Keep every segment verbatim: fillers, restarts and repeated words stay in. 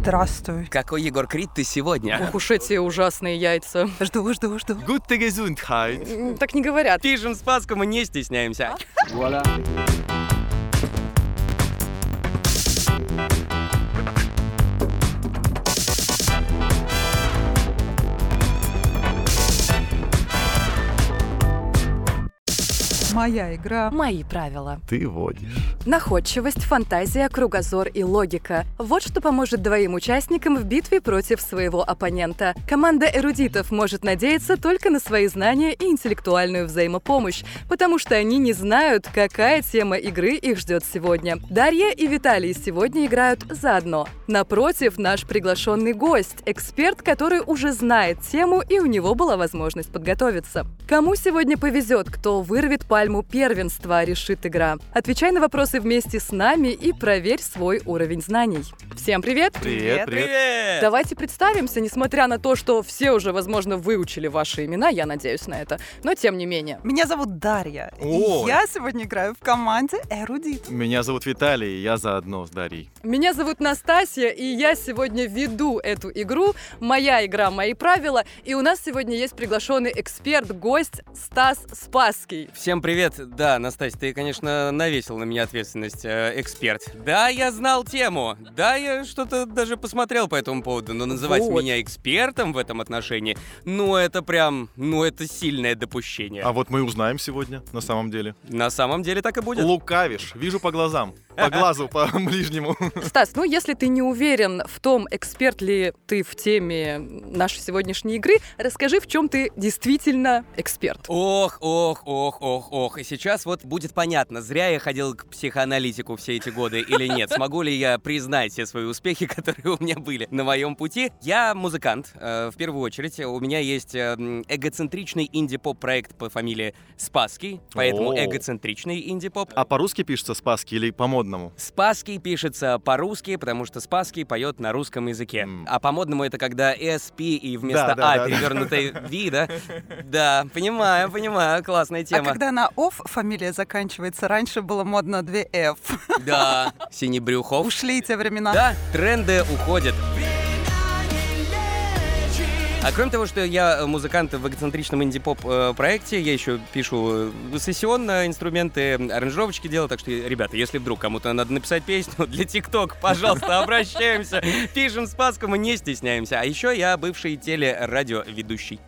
Здравствуй. Какой, Егор, Крид ты сегодня? Ох уж эти ужасные яйца. Жду, жду, жду. Gute Gesundheit. Так не говорят. Пишем Спаску, мы не стесняемся. Voilà. Моя игра. Мои правила. Ты водишь. Находчивость, фантазия, кругозор и логика. Вот что поможет двоим участникам в битве против своего оппонента. Команда эрудитов может надеяться только на свои знания и интеллектуальную взаимопомощь, потому что они не знают, какая тема игры их ждет сегодня. Дарья и Виталий сегодня играют заодно. Напротив, наш приглашенный гость, эксперт, который уже знает тему, и у него была возможность подготовиться. Кому сегодня повезет, кто вырвет пальму первенства, решит игра. Отвечай на вопросы вместе с нами и проверь свой уровень знаний. Всем привет! Привет, привет. Привет! Давайте представимся, несмотря на то, что все уже, возможно, выучили ваши имена, я надеюсь на это, но тем не менее. Меня зовут Дарья. Ой. И я сегодня играю в команде Эрудит. Меня зовут Виталий, и я заодно с Дарьей. Меня зовут Настасья, и я сегодня веду эту игру. Моя игра, мои правила. И у нас сегодня есть приглашенный эксперт, гость Стас Спасский. Всем привет. Да, Настасья, ты, конечно, навесил на меня ответственность, э, эксперт. Да, я знал тему. Да, я что-то даже посмотрел по этому поводу, но называть Вот. меня экспертом в этом отношении, ну, это прям, ну, это сильное допущение. А вот мы узнаем сегодня, на самом деле. На самом деле так и будет. Лукавишь, вижу по глазам. По глазу, по ближнему. Стас, ну если ты не уверен в том, эксперт ли ты в теме нашей сегодняшней игры, расскажи, в чем ты действительно эксперт. Ох, ох, ох, ох, ох. И сейчас вот будет понятно, зря я ходил к психоаналитику все эти годы или нет. Смогу ли я признать все свои успехи, которые у меня были на моем пути. Я музыкант, э, в первую очередь. У меня есть э, эгоцентричный инди-поп-проект по фамилии Спасский, поэтому О. эгоцентричный инди-поп. А по-русски пишется Спасский или по-модному? Спасский пишется по-русски, потому что Спасский поет на русском языке. М. А по-модному это когда S, P и вместо Да, да, А да, да. перевернутое V, да? Да, понимаю, понимаю, классная А тема. когда на «оф» фамилия заканчивается, раньше было модно две «ф». Да, Синебрюхов. Ушли те времена. Да, тренды уходят. А кроме того, что я музыкант в эгоцентричном инди-поп э, проекте, я еще пишу э, сессионно инструменты, аранжировочки делаю, так что, ребята, если вдруг кому-то надо написать песню для ТикТок, пожалуйста, обращаемся, пишем Спаску, мы не стесняемся. А еще я бывший телерадиоведущий.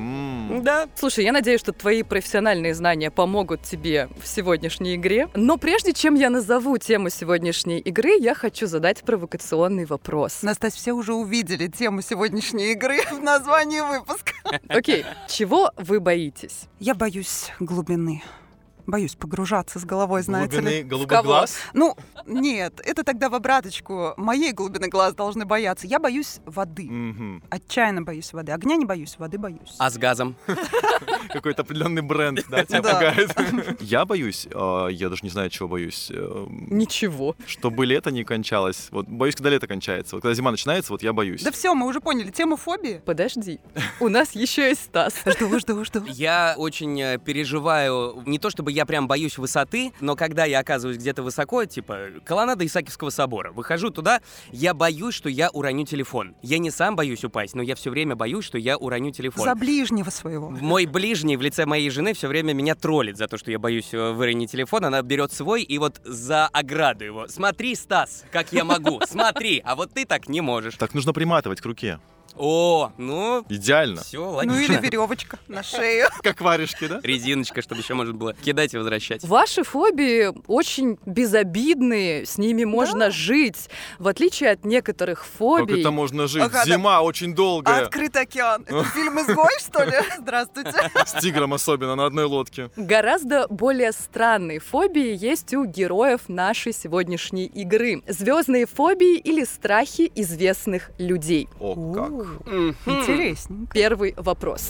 М. Да. Слушай, я надеюсь, что твои профессиональные знания помогут тебе в сегодняшней игре. Но прежде чем я назову тему сегодняшней игры, я хочу задать провокационный вопрос. Настась, все уже увидели тему сегодняшней игры в названии выпуска. Окей, чего вы боитесь? Я боюсь глубины. Боюсь погружаться с головой, знаете Глубины ли. голубых кого? глаз. Ну, нет, это тогда в обраточку. Моей глубины глаз должны бояться. Я боюсь воды. Мгм. Отчаянно боюсь воды. Огня не боюсь, воды боюсь. А с газом? Какой-то определенный бренд, да, тебя Да. пугает. Я боюсь, а, я даже не знаю, чего боюсь. э, Ничего. Чтобы лето не кончалось. Вот боюсь, когда лето кончается. Вот когда зима начинается, вот я боюсь. Да все, мы уже поняли. Тему фобии. Подожди, у нас еще есть Стас. Жду, жду, жду. Я очень э, переживаю, не то чтобы я прям боюсь высоты, но когда я оказываюсь где-то высоко, типа колоннада Исаакиевского собора, выхожу туда, я боюсь, что я уроню телефон. Я не сам боюсь упасть, но я все время боюсь, что я уроню телефон. За ближнего своего. Мой ближний в лице моей жены все время меня троллит за то, что я боюсь э, выронить телефон. Она берет свой и вот за ограду его. Смотри, Стас, как я могу, смотри, а вот ты так не можешь. Так нужно приматывать к руке. О, ну, Идеально. все, логично. Ну или веревочка на шею. Как варежки, да? Резиночка, чтобы еще можно было кидать и возвращать. Ваши фобии очень безобидные, с ними можно жить, в отличие от некоторых Как фобий. это можно жить? Ага, да. Зима очень долгая. Открытый океан. Это фильм «Изгой», что ли? Здравствуйте. С тигром особенно на одной лодке. Гораздо более странные фобии есть у героев нашей сегодняшней игры. Звездные фобии или страхи известных людей. О, как. Мгм. Интересненько. Первый вопрос.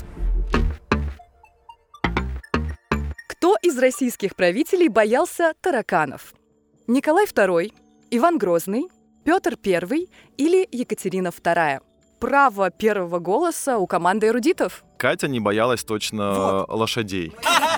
Кто из российских правителей боялся тараканов? Николай второй, Иван Грозный, Петр Первый или Екатерина Вторая? Право первого голоса у команды эрудитов. Катя не боялась точно лошадей.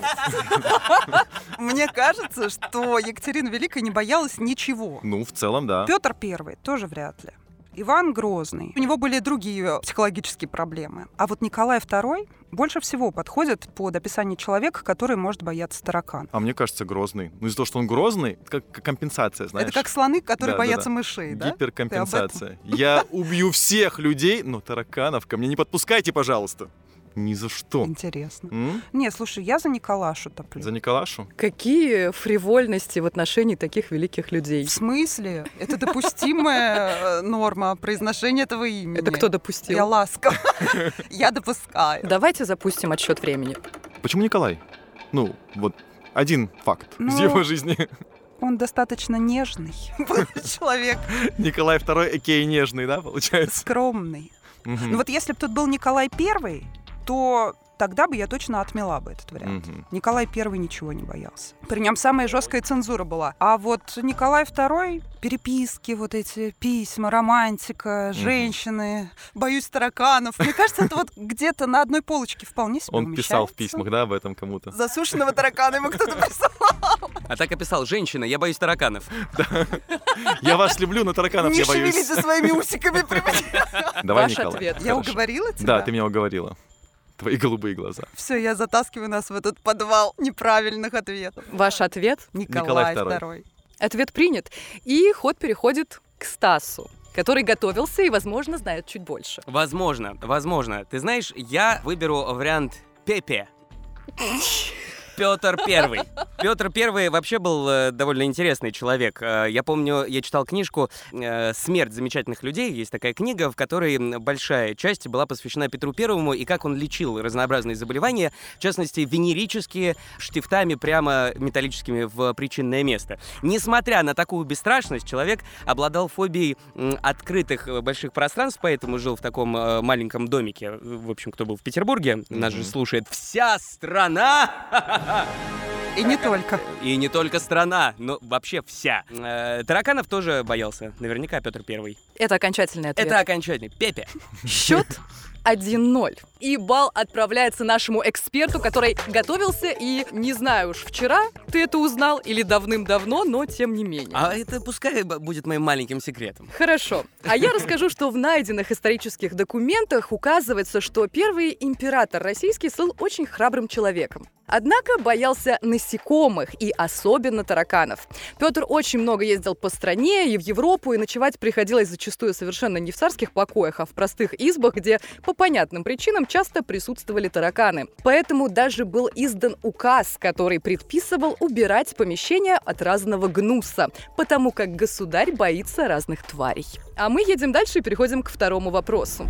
Мне кажется, что Екатерина Великая не боялась ничего. Ну, в целом, да. Петр Первый тоже вряд ли. Иван Грозный. У него были другие психологические проблемы. А вот Николай второй больше всего подходит под описание человека, который может бояться таракан. А мне кажется, Грозный. Ну, из-за того, что он Грозный, это как компенсация, знаешь. Это как слоны, которые Да, боятся да, да. мышей, да? Гиперкомпенсация. Я убью всех людей, но тараканов ко мне не подпускайте, пожалуйста. Ни за что. Интересно. М? Не, слушай, я за Николашу топлю. За Николашу? Какие фривольности в отношении таких великих людей? В смысле? Это допустимая э, норма произношения этого имени. Это кто Я допустил? ласкова. Я допускаю. Давайте запустим отсчет времени. Почему Николай? Ну, вот один факт из Ну, его жизни. Он достаточно нежный человек, Николай второй, экей нежный, да, получается? скромный. Мгм. Ну вот если бы тут был Николай первый, то тогда бы я точно отмела бы этот вариант. Мгм. Николай первый ничего не боялся. При нем самая жесткая цензура была. А вот Николай второй, переписки, вот эти письма, романтика, женщины, боюсь тараканов. Мне кажется, это вот где-то на одной полочке вполне себе Он писал в умещается. письмах, да, об этом кому-то. Засушенного таракана ему кто-то прислал. А так описал: женщина, я боюсь тараканов. Я вас люблю, но тараканов Не я боюсь. шевелите своими усиками. Давай, Ваш Николай. ответ. Я Хорошо. уговорила тебя? Да, ты меня уговорила. Твои голубые глаза. Все, я затаскиваю нас в этот подвал неправильных ответов. Ваш ответ? Николай, Николай второй. второй. Ответ принят. И ход переходит к Стасу, который готовился и, возможно, знает чуть больше. Возможно, возможно. Ты знаешь, я выберу вариант Пепе. Петр Первый. Петр Первый вообще был э, довольно интересный человек. Э, я помню, я читал книжку э, «Смерть замечательных людей». Есть такая книга, в которой м, большая часть была посвящена Петру Первому и как он лечил разнообразные заболевания, в частности, венерические, штифтами прямо металлическими в причинное место. Несмотря на такую бесстрашность, человек обладал фобией м, открытых э, больших пространств, поэтому жил в таком э, маленьком домике. В общем, кто был в Петербурге, нас же слушает вся страна. И не только. И не только страна, но вообще вся. Э, тараканов тоже боялся. Наверняка Петр Первый. Это окончательный ответ. Это окончательный. Пепе. Счет один ноль. И балл отправляется нашему эксперту, который готовился, и не знаю уж, вчера ты это узнал или давным-давно, но тем не менее. А это пускай б- будет моим маленьким секретом. Хорошо. А я расскажу, что в найденных исторических документах указывается, что первый император российский был очень храбрым человеком. Однако боялся насекомых и особенно тараканов. Петр очень много ездил по стране и в Европу, и ночевать приходилось зачастую совершенно не в царских покоях, а в простых избах, где по понятным причинам часто присутствовали тараканы. Поэтому даже был издан указ, который предписывал убирать помещения от разного гнуса, потому как государь боится разных тварей. А мы едем дальше и переходим к второму вопросу.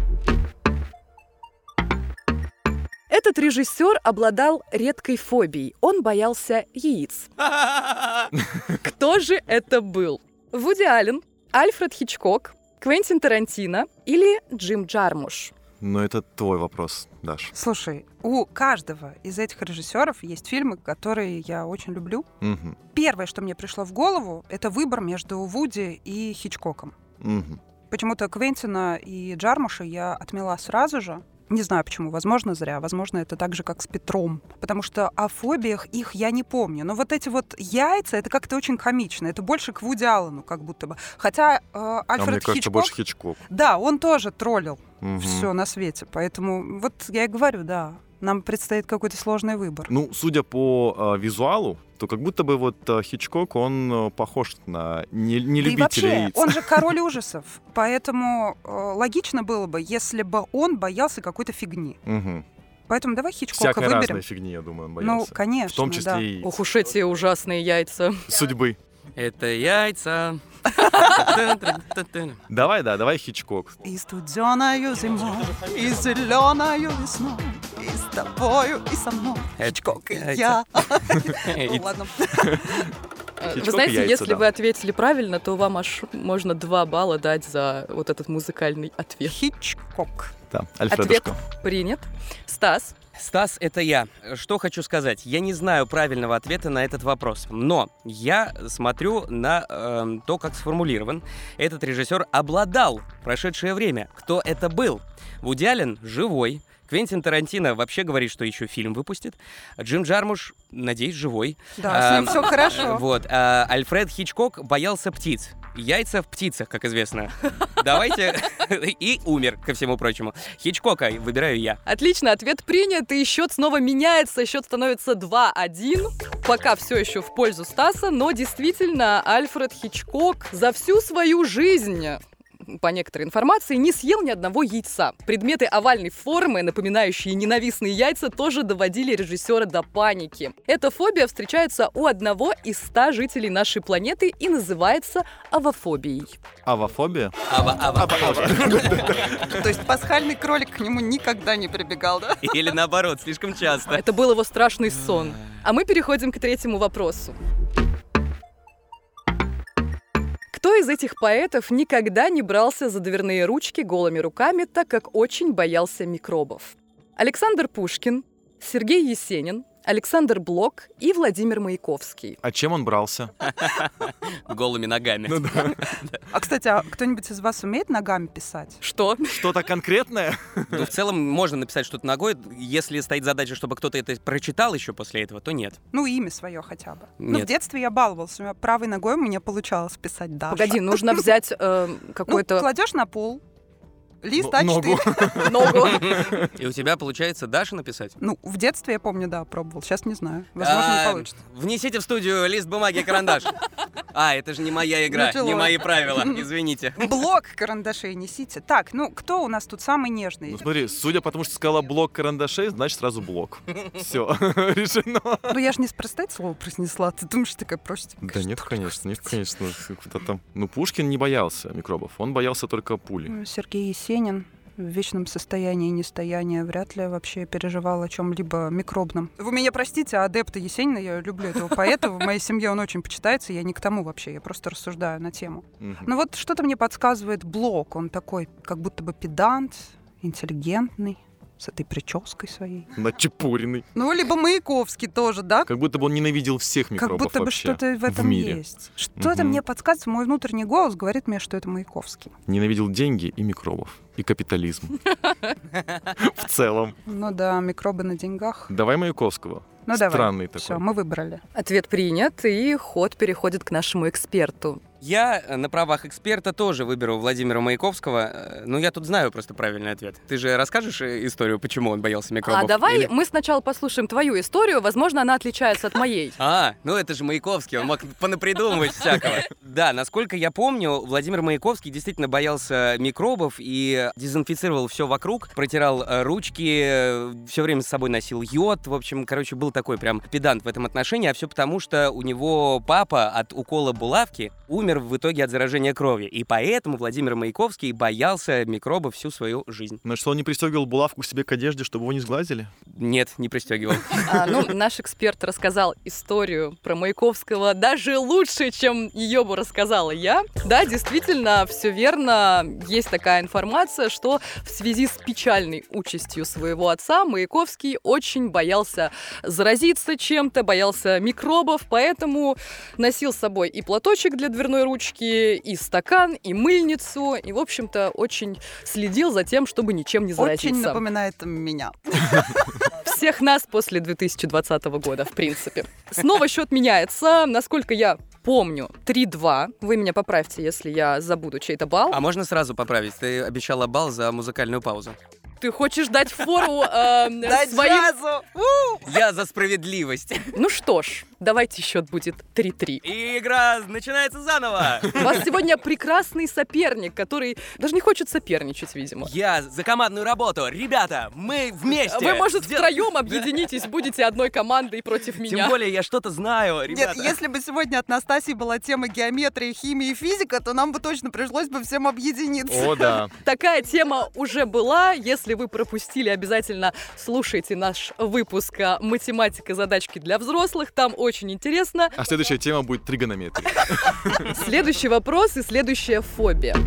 Этот режиссер обладал редкой фобией. Он боялся яиц. Кто же это был? Вуди Аллен, Альфред Хичкок, Квентин Тарантино или Джим Джармуш? Но это твой вопрос, Даш. Слушай, у каждого из этих режиссеров есть фильмы, которые я очень люблю. Мгм. Первое, что мне пришло в голову, это выбор между Вуди и Хичкоком. Мгм. Почему-то Квентина и Джармуша я отмела сразу же. Не знаю почему, возможно, зря, возможно, это так же, как с Петром. Потому что о фобиях их я не помню. Но вот эти вот яйца, это как-то очень комично. Это больше к Вуди Аллену, как будто бы. Хотя э, А Альфред мне кажется, Хичкок... больше Хичкок. Да, он тоже троллил Мгм. все на свете. Поэтому вот я и говорю, да, нам предстоит какой-то сложный выбор. Ну, судя по э, визуалу, то как будто бы вот э, Хичкок, он э, похож на не, не Да и любителя вообще, яиц. он же король ужасов. Поэтому э, логично было бы, если бы он боялся какой-то фигни. Мгм. Поэтому давай Хичкока Всякой выберем. разной фигни, я думаю, он Ну, боялся. конечно, В том числе да. и яиц. Ох уж эти ужасные яйца. Судьбы. Это яйца. Давай, да, давай Хичкок. И студеною зимой, и зеленою весной, и с тобою, и со мной. Хичкок и я. Ну, ладно. Вы Хичкок и знаете, яйца, если да. вы ответили правильно, то вам аж можно два балла дать за вот этот музыкальный ответ. Хичкок. Да, Ответ Альфредушка. принят. Стас, Стас, это я. Что хочу сказать? Я не знаю правильного ответа на этот вопрос, но я смотрю на эм, то, как сформулирован. Этот режиссер обладал прошедшее время. Кто это был? Вуди Аллен живой. Квентин Тарантино вообще говорит, что еще фильм выпустит. Джим Джармуш, надеюсь, живой. Да, с ним Эм, все хорошо. Вот. а Альфред Хичкок боялся птиц. Яйца в птицах, как известно. Давайте. И умер, ко всему прочему. Хичкока выбираю я. Отлично, ответ принят, и счет снова меняется. Счет становится два один. Пока все еще в пользу Стаса, но действительно Альфред Хичкок за всю свою жизнь, по некоторой информации, не съел ни одного яйца. Предметы овальной формы, напоминающие ненавистные яйца, тоже доводили режиссера до паники. Эта фобия встречается у одного из ста жителей нашей планеты и называется авофобией. Авофобия? Ава, ава, ава. То есть пасхальный кролик к нему никогда не прибегал, да? Или наоборот, слишком часто. Это был его страшный сон. А мы переходим к третьему вопросу. Кто из этих поэтов никогда не брался за дверные ручки голыми руками, так как очень боялся микробов? Александр Пушкин, Сергей Есенин, Александр Блок и Владимир Маяковский. А чем он брался? Голыми ногами. Ну да. А, кстати, а кто-нибудь из вас умеет ногами писать? Что? Что-то конкретное? Ну, в целом, можно написать что-то ногой. Если стоит задача, чтобы кто-то это прочитал еще после этого, то нет. Ну, имя свое хотя бы. Ну, Нет. в детстве я баловалась. У меня правой ногой у меня получалось писать Даша. Погоди, нужно взять э, Ну, какой-то кладешь на пол, лист Ну, А ногу. четыре. ногу. И у тебя получается Даша написать? Ну, в детстве я помню, да, пробовал. Сейчас не знаю. Возможно, не А, получится. Внесите в студию лист бумаги и карандаш. А, это же не моя игра, Началось. не мои правила, извините. Блок карандашей несите. Так, ну, кто у нас тут самый нежный? Ну смотри, судя по тому, что сказала блок карандашей, значит сразу блок. Все, решено. Ну, я же неспроста это слово произнесла. Ты думаешь, такая простенькая? Да нет, конечно, нет, конечно. Кто там. Ну, Пушкин не боялся микробов, он боялся только пули. Ну, Сергей Есенин в вечном состоянии нестояния вряд ли вообще переживал о чем-либо микробном. Вы меня простите, адепты Есенина, я люблю этого поэта, в моей семье он очень почитается, я не к тому вообще, я просто рассуждаю на тему. Мгм. Но вот что-то мне подсказывает Блок, он такой, как будто бы педант, интеллигентный, с этой прической своей. Начепуренный. Ну, либо Маяковский тоже, да? Как будто бы он ненавидел всех Как микробов будто бы вообще что-то в этом мире. есть. Что-то Мгм. мне подсказывает, мой внутренний голос говорит мне, что это Маяковский. Ненавидел деньги и микробов. И капитализм. В целом. Ну да, микробы на деньгах. Давай Маяковского. Ну давай. Странный Все, такой. мы выбрали. Ответ принят, и ход переходит к нашему эксперту. Я э, на правах эксперта тоже выберу Владимира Маяковского. Э, Ну, я тут знаю просто правильный ответ. Ты же расскажешь э, историю, почему он боялся микробов? А давай Или- мы сначала послушаем твою историю, возможно, она отличается от моей. А, ну это же Маяковский, он мог понапридумывать всякого. Да, насколько я помню, Владимир Маяковский действительно боялся микробов и дезинфицировал все вокруг, протирал э, ручки, все время с собой носил йод. В общем, короче, был такой прям педант в этом отношении, а все потому, что у него папа от укола булавки умер в итоге от заражения крови. И поэтому Владимир Маяковский боялся микробов всю свою жизнь. Ну что, он не пристегивал булавку себе к одежде, чтобы его не сглазили? Нет, не пристегивал. А, ну, наш эксперт рассказал историю про Маяковского даже лучше, чем ее бы рассказала я. Да, действительно, все верно. Есть такая информация, что в связи с печальной участью своего отца Маяковский очень боялся заразиться чем-то, боялся микробов, поэтому носил с собой и платочек для дверной ручки, и стакан, и мыльницу, и, в общем-то, очень следил за тем, чтобы ничем не заразиться. Очень напоминает меня. Всех нас после две тысячи двадцатого года, в принципе. Снова счет меняется. Насколько я помню, три-два. Вы меня поправьте, если я забуду чей-то балл. А можно сразу поправить? Ты обещала балл за музыкальную паузу. Ты хочешь дать фору э, Дать своим... джазу! Я за справедливость. Ну что ж, давайте счет будет три-три. И игра начинается заново. У вас сегодня прекрасный соперник, который даже не хочет соперничать, видимо. Я за командную работу. Ребята, мы вместе. Вы, может, Сдел- втроем объединитесь, будете одной командой против Тем меня. более я что-то знаю, Нет, ребята. если бы сегодня от Настасьи была тема геометрия, химия и физика, то нам бы точно пришлось бы всем объединиться. О, да. Такая тема уже была. Если вы пропустили, обязательно слушайте наш выпуск а, «Математика. Задачки для взрослых». Там очень интересно. А следующая тема будет тригонометрия. Следующий вопрос и следующая фобия.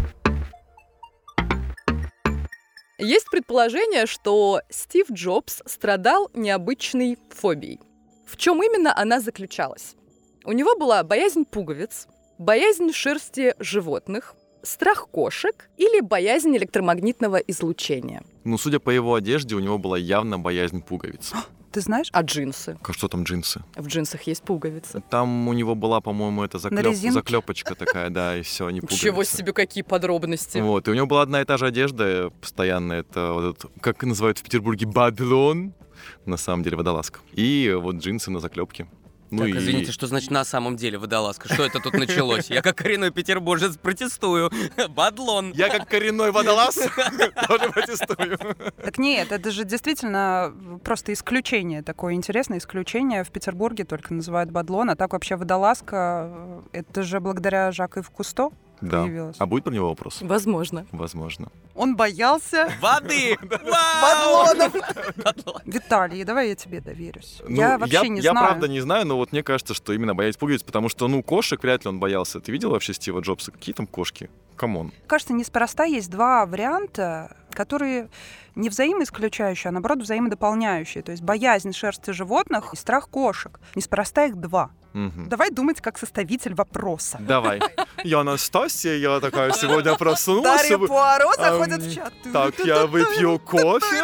Есть предположение, что Стив Джобс страдал необычной фобией. В чем именно она заключалась? У него была боязнь пуговиц, боязнь шерсти животных, страх кошек или боязнь электромагнитного излучения. Ну, судя по его одежде, у него была явно боязнь пуговиц. Ты знаешь? А джинсы? А что там джинсы? В джинсах есть пуговицы. Там у него была, по-моему, эта На заклеп... резинке? заклепочка такая, да, и все, не пуговицы. Ничего себе, какие подробности. Вот, и у него была одна и та же одежда постоянно, это вот этот, как называют в Петербурге, бадлон, на самом деле водолазка. И вот джинсы на заклепке. Ну Так, и... извините, что значит на самом деле водолазка? Что это тут началось? Я как коренной петербуржец протестую. Бадлон. Я как коренной водолаз тоже протестую. Так нет, это же действительно просто исключение, такое интересное исключение. В Петербурге только называют бадлон, а так вообще водолазка, это же благодаря Жаку-Ив Кусто Да. появилась. А будет про него вопрос? Возможно. Возможно. Он боялся Воды! Вау! бадлонов. Бадлон. Виталий, давай я тебе доверюсь. Ну, я вообще не я знаю. правда не знаю, но вот мне кажется, что именно боялись пуговиц, потому что, ну, кошек вряд ли он боялся. Ты видел вообще Стива Джобса? Какие там кошки? Камон. Кажется, неспроста есть два варианта, которые не взаимоисключающие, а наоборот взаимодополняющие. То есть боязнь шерсти животных и страх кошек. Неспроста их два. Мгм. Давай думать как составитель вопроса. Давай. Я Анастасия, я такая сегодня проснулась. Дарья и вы- Пуаро Ам, заходит в чат. Так, я выпью кофе.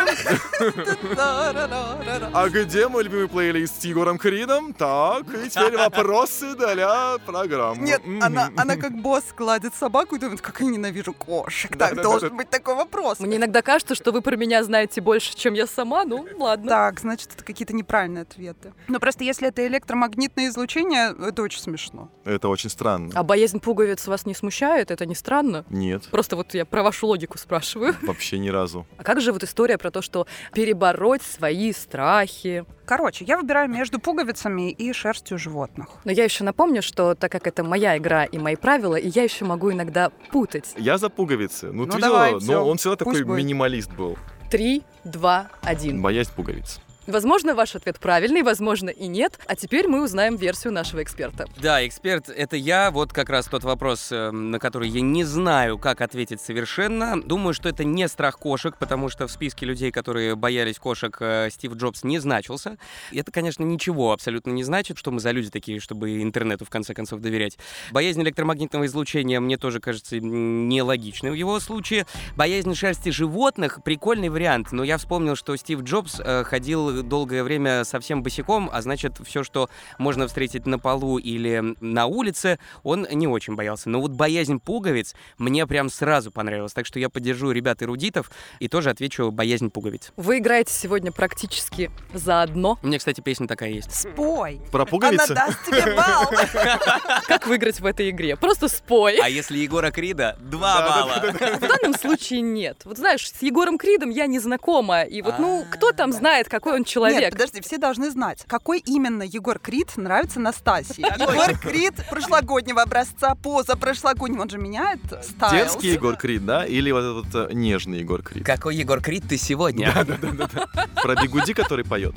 А где мой любимый плейлист с Егором Кридом? Так, и теперь вопросы для программы. Нет, Мгм. она, она как босс гладит собаку и думает, как я ненавижу кошек. Так, Да-да-да-да. должен быть такой вопрос. Мне иногда кажется, что вы про меня знаете больше, чем я сама. Ну, ладно. Так, значит, это какие-то неправильные ответы. Но просто если это электромагнитное излучение, это очень смешно. Это очень странно. А боязнь пуговиц вас не смущает? Это не странно? Нет, Просто вот я про вашу логику спрашиваю. вообще ни разу. А как же вот история про то, что перебороть свои страхи? Короче, я выбираю между пуговицами и шерстью животных. Но я еще напомню, что так как это моя игра и мои правила, и я еще могу иногда путать. Я за пуговицы. Ну, Ну, ты давай, видела? всё, Но он всегда пусть такой будет. минималист был. Три, два, один. Боязнь пуговиц. Возможно, ваш ответ правильный, возможно, и нет. А теперь мы узнаем версию нашего эксперта. Да, эксперт, это я. Вот как раз тот вопрос, э, на который я не знаю, как ответить совершенно. Думаю, что это не страх кошек, потому что в списке людей, которые боялись кошек, э, Стив Джобс не значился. И это, конечно, ничего абсолютно не значит, что мы за люди такие, чтобы интернету в конце концов доверять. Боязнь электромагнитного излучения мне тоже кажется м, нелогичной в его случае. Боязнь шерсти животных — прикольный вариант, но я вспомнил, что Стив Джобс э, ходил долгое время совсем босиком, а значит, все, что можно встретить на полу или на улице, он не очень боялся. Но вот боязнь пуговиц мне прям сразу понравилась, так что я поддержу ребят-эрудитов и тоже отвечу боязнь пуговиц. Вы играете сегодня практически заодно. У меня, кстати, песня такая есть. Спой. Про пуговицы? Она даст тебе балл. Как выиграть в этой игре? Просто спой. А если Егора Крида, два балла. В данном случае нет. Вот знаешь, с Егором Кридом я не знакома. И вот, ну, кто там знает, какой он человек? Нет, подожди, все должны знать, какой именно Егор Крид нравится Настасье. Егор Крид прошлогоднего образца, позапрошлогоднего, он же меняет стайл. Детский Егор Крид, да? Или вот этот вот, э, нежный Егор Крид? Какой Егор Крид ты сегодня? Про Бигуди, который поет.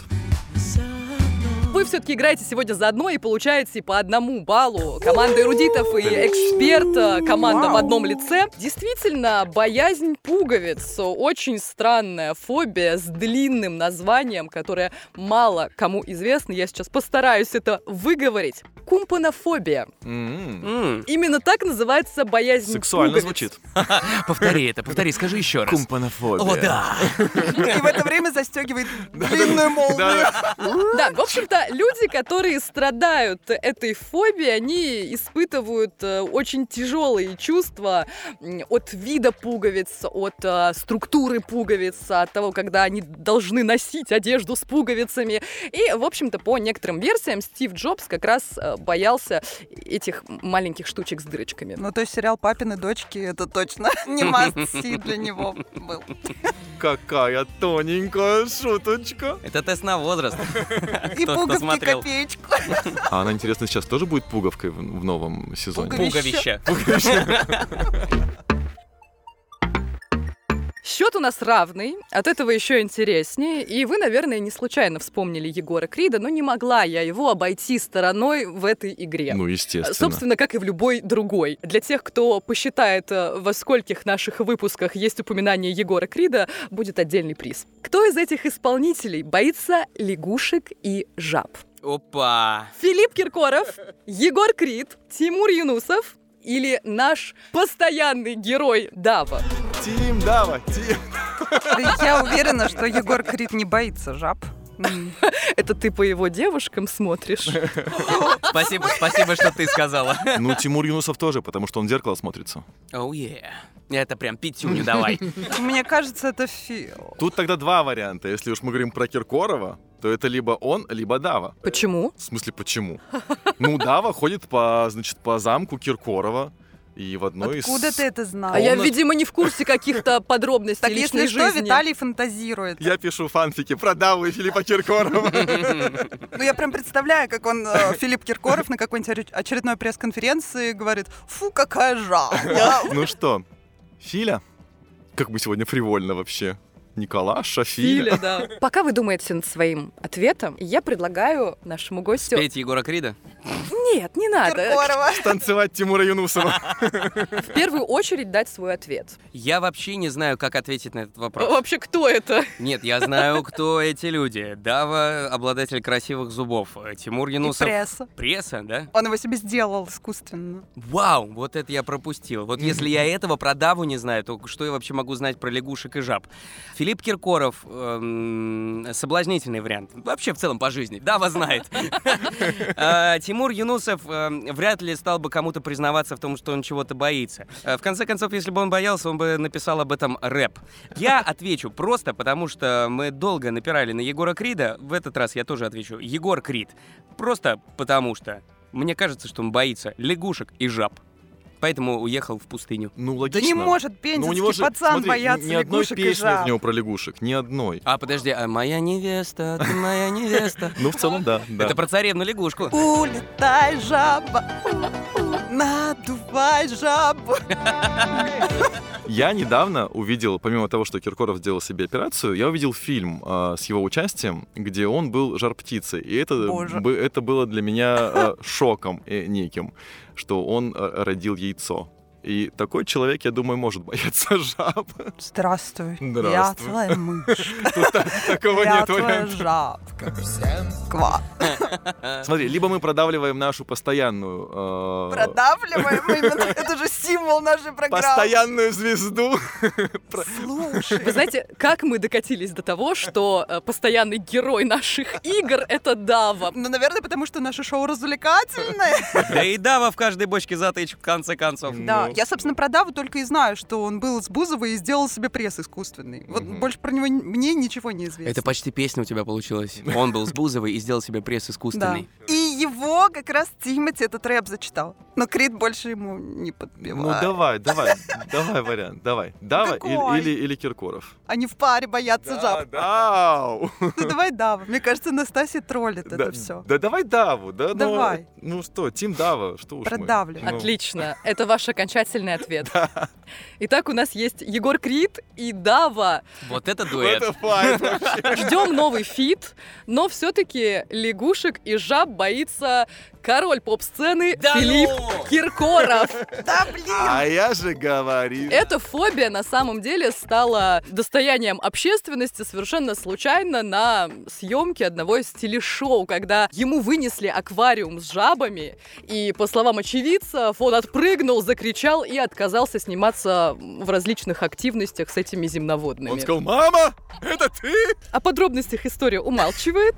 Вы все-таки играете сегодня заодно и получаете по одному баллу. Команда эрудитов и эксперт, команда в одном лице. Действительно, боязнь пуговиц. Очень странная фобия с длинным названием, которое мало кому известно. Я сейчас постараюсь это выговорить. Кумпанофобия. М-м. М, Именно так называется боязнь Сексуально пуговиц. звучит. Повтори это, повтори, скажи еще раз. Кумпанофобия. О, да! И в это время застегивает длинную молнию. Да, Да, в общем-то, люди, которые страдают этой фобией, они испытывают э, очень тяжелые чувства м, от вида пуговиц, от э, структуры пуговиц, от того, когда они должны носить одежду с пуговицами. И, в общем-то, по некоторым версиям, Стив Джобс как раз э, боялся этих маленьких штучек с дырочками. Ну, то есть сериал «Папины дочки» — это точно не must-see для него был. Какая тоненькая шуточка. Это тест на возраст. И Тот, кто пуговки смотрел. копеечку. А она, интересно, сейчас тоже будет пуговкой в, в новом сезоне? Пуговище. Пуговище. Счет у нас равный, от этого еще интереснее. И вы, наверное, не случайно вспомнили Егора Крида, но не могла я его обойти стороной в этой игре. Ну, естественно. Собственно, как и в любой другой. Для тех, кто посчитает, э, во скольких наших выпусках есть упоминание Егора Крида, будет отдельный приз. Кто из этих исполнителей боится лягушек и жаб? Опа! Филипп Киркоров, Егор Крид, Тимур Юнусов или наш постоянный герой Дава? Тим, Дава, Тим. Да я уверена, что Егор Крид не боится жаб. Это ты по его девушкам смотришь? Спасибо, спасибо, что ты сказала. Ну, Тимур Юнусов тоже, потому что он в зеркало смотрится. Оу, е. Это прям пятюню давай. Мне кажется, это Фил. Тут тогда два варианта. Если уж мы говорим про Киркорова, то это либо он, либо Дава. Почему? В смысле, почему? Ну, Дава ходит по, значит, по замку Киркорова. И в одной Откуда из... ты это знаешь? А я, видимо, не в курсе каких-то подробностей Так личной если что, жизни. Виталий фантазирует. Я пишу фанфики про Даву и Филиппа Киркорова. Ну, я прям представляю, как он, э, Филипп Киркоров, на какой-нибудь очередной пресс-конференции говорит: фу, какая жара. Ну что, Филя? Как бы сегодня фривольно вообще. Николаша, Филя. Филя, да. Пока вы думаете над своим ответом, я предлагаю нашему гостю... Петь Егора Крида? Нет, не надо. Киркорова. Танцевать Тимура Юнусова. В первую очередь дать свой ответ. Я вообще не знаю, как ответить на этот вопрос. Вообще, кто это? Нет, я знаю, кто эти люди. Дава — обладатель красивых зубов. Тимур И Юнусов... пресса. Пресса, да? Он его себе сделал искусственно. Вау, вот это я пропустил. Вот если я этого про Даву не знаю, то что я вообще могу знать про лягушек и жаб? Филипп Киркоров эм, — соблазнительный вариант. Вообще, в целом, по жизни. Дава знает. А, Тимур Юнусов эм, вряд ли стал бы кому-то признаваться в том, что он чего-то боится. А, В конце концов, если бы он боялся, он бы написал об этом рэп. Я отвечу просто, потому что мы долго напирали на Егора Крида. В этот раз я тоже отвечу: Егор Крид. Просто потому что мне кажется, что он боится лягушек и жаб. Поэтому уехал в пустыню. Ну, Да логично. не может Ну, у него пензенский же, пацан смотри, бояться ни одной лягушек и песни жаб. у него про лягушек, ни одной. А, подожди, а моя невеста, ты моя невеста. Ну, в целом, да. да. Это про царевну лягушку. Улетай, жаба, надувай жабу. Я недавно увидел, помимо того, что Киркоров сделал себе операцию, я увидел фильм э, с его участием, где он был жар-птицей. И это, Боже. бы- это было для меня э, шоком э, неким, что он э, родил яйцо. И такой человек, я думаю, может бояться жаб. Здравствуй, я Здравствуй. твоя мышь, Тут та- такого я нет твоя варианта. жабка. Ква. Смотри, либо мы продавливаем нашу постоянную... э, Продавливаем именно, это же символ нашей программы. Постоянную звезду. Слушай, Вы знаете, как мы докатились до того, что э, постоянный герой наших игр — это Дава? ну, наверное, потому что наше шоу развлекательное. Да и Дава в каждой бочке затычек, в конце концов. Да, Ну. я, собственно, про Даву только и знаю, что он был с Бузовой и сделал себе пресс искусственный. Вот Мгм. больше про него н- мне ничего не известно. Это почти песня у тебя получилась. Он был с Бузовой и сделал себе пресс Да. искусственный. И его как раз Тимати этот рэп зачитал. Но Крид больше ему не Ну подпевает. давай, давай, давай вариант, давай. Дава Какой? или, или, или Киркоров? Они в паре боятся жаб. Ау. Ну давай Дава. Мне кажется, Настасья троллит Да, это все. да давай Даву, да? ну, Давай. Ну что, Тим Дава, что уж мы. Продавливаем. Ну, Отлично, это ваш окончательный ответ. Итак, у нас есть Егор Крид и Дава. Вот это ну, дуэт. Это файт вообще. Ждем новый фит, но все-таки лягушек и жаб боится король поп-сцены Да Филипп ну! Киркоров. Да блин! А я же говорил. Эта фобия на самом деле стала достоянием общественности совершенно случайно на съемке одного из телешоу, когда ему вынесли аквариум с жабами, и, по словам очевидцев, он отпрыгнул, закричал и отказался сниматься в различных активностях с этими земноводными. Он сказал: мама, это ты? О подробностях история умалчивает.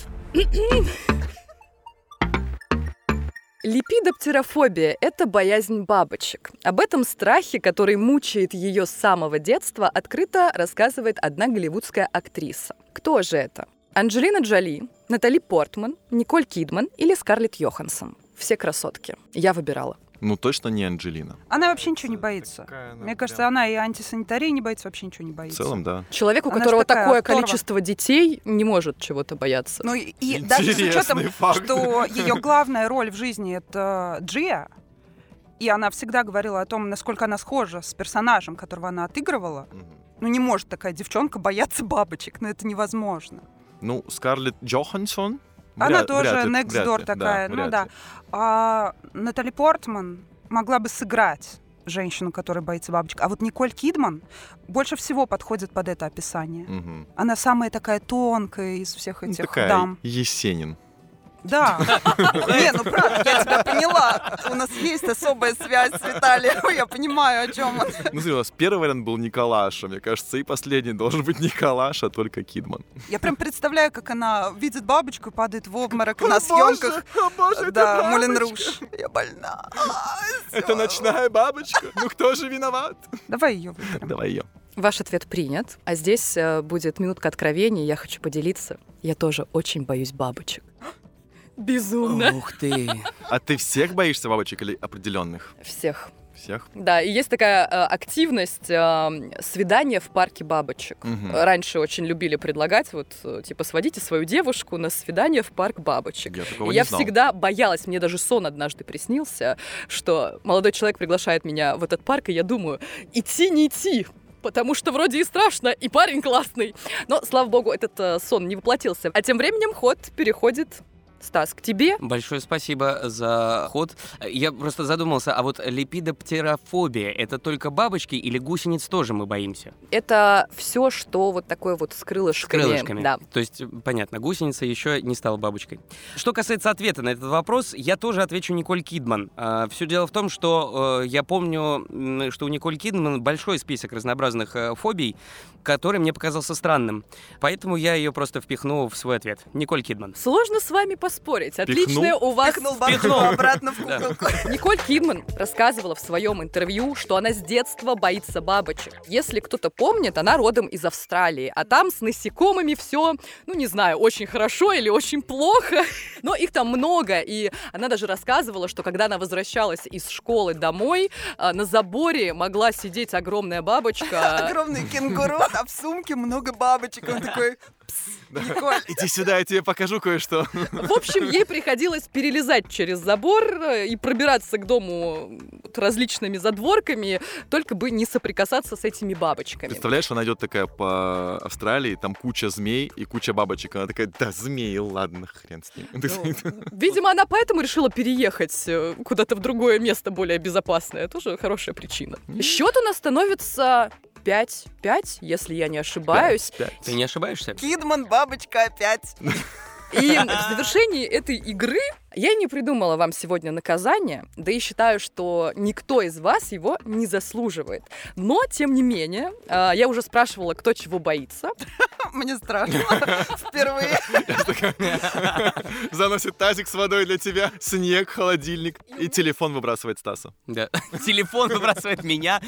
Липидоптерофобия – это боязнь бабочек. Об этом страхе, который мучает ее с самого детства, открыто рассказывает одна голливудская актриса. Кто же это? Анджелина Джоли, Натали Портман, Николь Кидман или Скарлетт Йоханссон? Все красотки. Я выбирала. Ну точно не Анджелина. Она вообще ничего не боится. Мне кажется, она и антисанитарии не боится, вообще ничего не В боится. целом, да. Человек, у Она ж которого такая такое оторва. количество детей, не может чего-то бояться. Ну и, и даже с Интересный учетом, факт. что ее главная роль в жизни это Джия, и она всегда говорила о том, насколько она схожа с персонажем, которого она отыгрывала. Мгм. Ну не может такая девчонка бояться бабочек, ну это невозможно. Ну, Скарлетт Йоханссон. Она вряд- тоже вряд ли, next вряд door ли, такая, ну вряд да. ли. А Натали Портман могла бы сыграть женщину, которая боится бабочек. А вот Николь Кидман больше всего подходит под это описание. Мгм. Она самая такая тонкая из всех Ну, этих такая дам. Есенин. Да. Не, ну правда, я тебя поняла. У нас есть особая связь с Виталием. Я понимаю, о чем он. Ну, смотри, у нас первый вариант был Николаша. Мне кажется, и последний должен быть Николаш, а только Кидман. Я прям представляю, как она видит бабочку и падает в обморок на съемках. О боже, Да, Мулен Руж. Я больна. Это ночная бабочка. Ну кто же виноват? Давай ее выберем. Давай ее. Ваш ответ принят. А здесь э, будет минутка откровений. Я хочу поделиться. Я тоже очень боюсь бабочек. Безумно. Ух ты. А ты всех боишься бабочек или определенных? Всех. Всех? Да, и есть такая э, активность э, свидания в парке бабочек. Мгм. Раньше очень любили предлагать, вот, э, типа, сводите свою девушку на свидание в парк бабочек. Я такого И я не знал. всегда боялась, мне даже сон однажды приснился, что молодой человек приглашает меня в этот парк, и я думаю, идти не идти, потому что вроде и страшно, и парень классный. Но, слава богу, этот э, сон не воплотился. А тем временем ход переходит, Стас, к тебе. Большое спасибо за ход. Я просто задумался, а вот липидоптерофобия — это только бабочки или гусениц тоже мы боимся? Это все, что вот такое вот с крылышками. С крылышками. Да. То есть, понятно, гусеница еще не стала бабочкой. Что касается ответа на этот вопрос, я тоже отвечу Николь Кидман. Все дело в том, что э, я помню, м, что у Николь Кидман большой список разнообразных э, фобий, который мне показался странным. Поэтому я ее просто впихну в свой ответ. Николь Кидман. Сложно с вами поспорить. Отличная у вас... Пихнул бабочку Впихнул. обратно в Да. куколку. Николь Кидман рассказывала в своем интервью, что она с детства боится бабочек. Если кто-то помнит, она родом из Австралии, а там с насекомыми все, ну не знаю, очень хорошо или очень плохо, но их там много, и она даже рассказывала, что когда она возвращалась из школы домой, а, на заборе могла сидеть огромная бабочка. Огромный кенгуру, а в сумке много бабочек. Он такой, пс, Николь. Иди сюда, я тебе покажу кое-что. В общем, ей приходилось перелезать через забор э, и пробираться к дому вот различными задворками, только бы не соприкасаться с этими бабочками. Представляешь, она идет такая по Австралии, там куча змей и куча бабочек. Она такая, да, змеи, ладно, хрен с ним. Ну, видимо, она поэтому решила переехать э, куда-то в другое место, более безопасное. Тоже хорошая причина. Счет у нас становится пять пять, если я не ошибаюсь. Пять, пять. Ты не ошибаешься? Кидман, бабочка опять. И в завершении этой игры я не придумала вам сегодня наказание, да и считаю, что никто из вас его не заслуживает. Но, тем не менее, э, я уже спрашивала, кто чего боится. Мне страшно. Впервые. Заносит тазик с водой для тебя, снег, холодильник и телефон выбрасывает Стаса. Да. Телефон выбрасывает меня.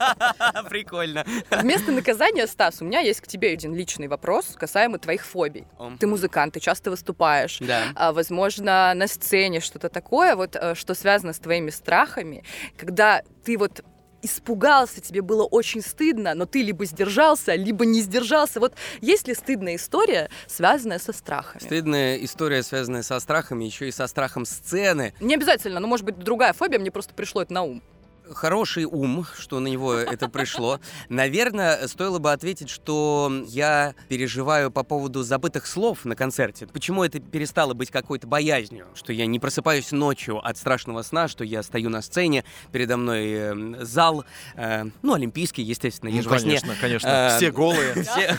Прикольно. Вместо наказания, Стас, у меня есть к тебе один личный вопрос, касаемо твоих фобий. Ом. Ты музыкант, ты часто выступаешь. Да. А, возможно, на сцене что-то такое, вот, э, что связано с твоими страхами, когда ты вот испугался, тебе было очень стыдно, но ты либо сдержался, либо не сдержался. Вот есть ли стыдная история, связанная со страхами? Стыдная история, связанная со страхами, еще и со страхом сцены. Не обязательно, но, может быть, другая фобия, мне просто пришло это на ум. Хороший ум, что на него это пришло. Наверное, стоило бы ответить, что я переживаю по поводу забытых слов на концерте. Почему это перестало быть какой-то боязнью? Что я не просыпаюсь ночью от страшного сна, что я стою на сцене, передо мной э, зал, э, ну, олимпийский, естественно, я Ну, же во сне. конечно, конечно. Э, Все голые. Все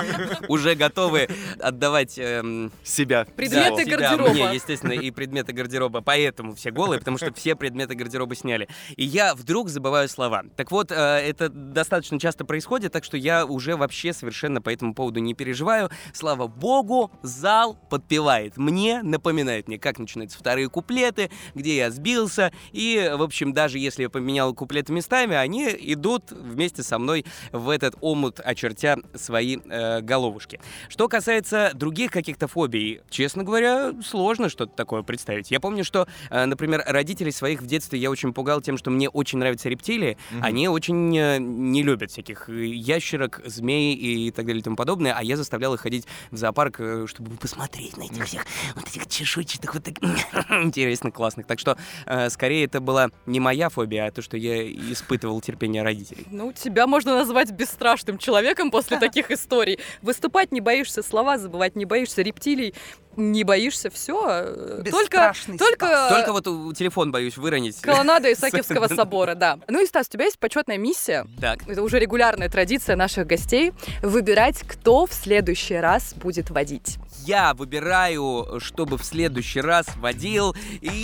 уже готовы отдавать... эм, Себя. Предметы Да, себя гардероба. мне, естественно, и предметы гардероба. Поэтому все голые, потому что все предметы гардероба сняли. И я вдруг забываю слова. Так вот, э, это достаточно часто происходит, так что я уже вообще совершенно по этому поводу не переживаю. Слава богу, зал подпевает мне, напоминает мне, как начинаются вторые куплеты, где я сбился. И, в общем, даже если я поменял куплеты местами, они идут вместе со мной в этот омут, очертя свои э, головушки. Что касается других каких-то фобий, честно говоря, сложно что-то такое представить. Я помню, что, э, например, родителей своих в детстве я очень пугал тем, что мне очень нравятся рептилии. Мгм. Они очень э, не любят всяких э, ящерок, змей и так далее и тому подобное, а я заставлял их ходить в зоопарк, э, чтобы посмотреть на этих всех вот этих чешуйчатых, вот таких интересных, классных. Так что, э, скорее, это была не моя фобия, а то, что я испытывал терпение родителей. Ну, тебя можно назвать бесстрашным человеком после таких историй. Выступать не боишься, слова забывать не боишься, рептилий Не боишься, все. Только, только... Только вот у- телефон боюсь выронить. Колоннада Исаакиевского собора, да. Ну и, Стас, у тебя есть почетная миссия. Так. Это уже регулярная традиция наших гостей. Выбирать, кто в следующий раз будет водить. Я выбираю, чтобы в следующий раз водил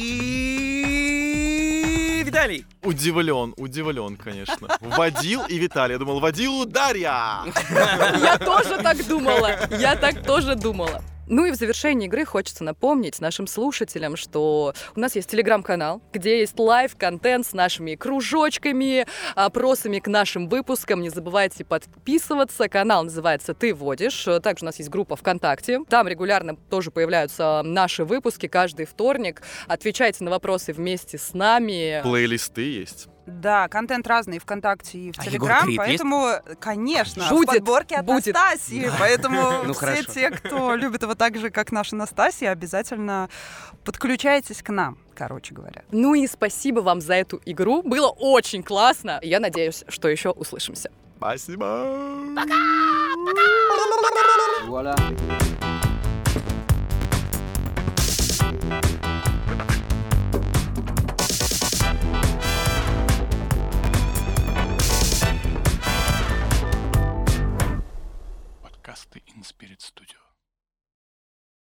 и... Виталий. Удивлен, удивлен, конечно. Водил и Виталий. Я думал, водил Дарья! Я тоже так думала. Я так тоже думала. Ну и в завершении игры хочется напомнить нашим слушателям, что у нас есть телеграм-канал, где есть лайв-контент с нашими кружочками, опросами к нашим выпускам. Не забывайте подписываться. Канал называется «Ты водишь». Также у нас есть группа ВКонтакте. Там регулярно тоже появляются наши выпуски каждый вторник. Отвечайте на вопросы вместе с нами. Плейлисты есть. Да, контент разный ВКонтакте и в А Телеграм, Егор Крид поэтому, конечно, Будет, в подборке от будет. Настасьи. Поэтому Ну, все хорошо. те, кто любит его так же, как наша Настасья, обязательно подключайтесь к нам, короче говоря. Ну и спасибо вам за эту игру. Было очень классно. Я надеюсь, что еще услышимся. Спасибо! Voilà.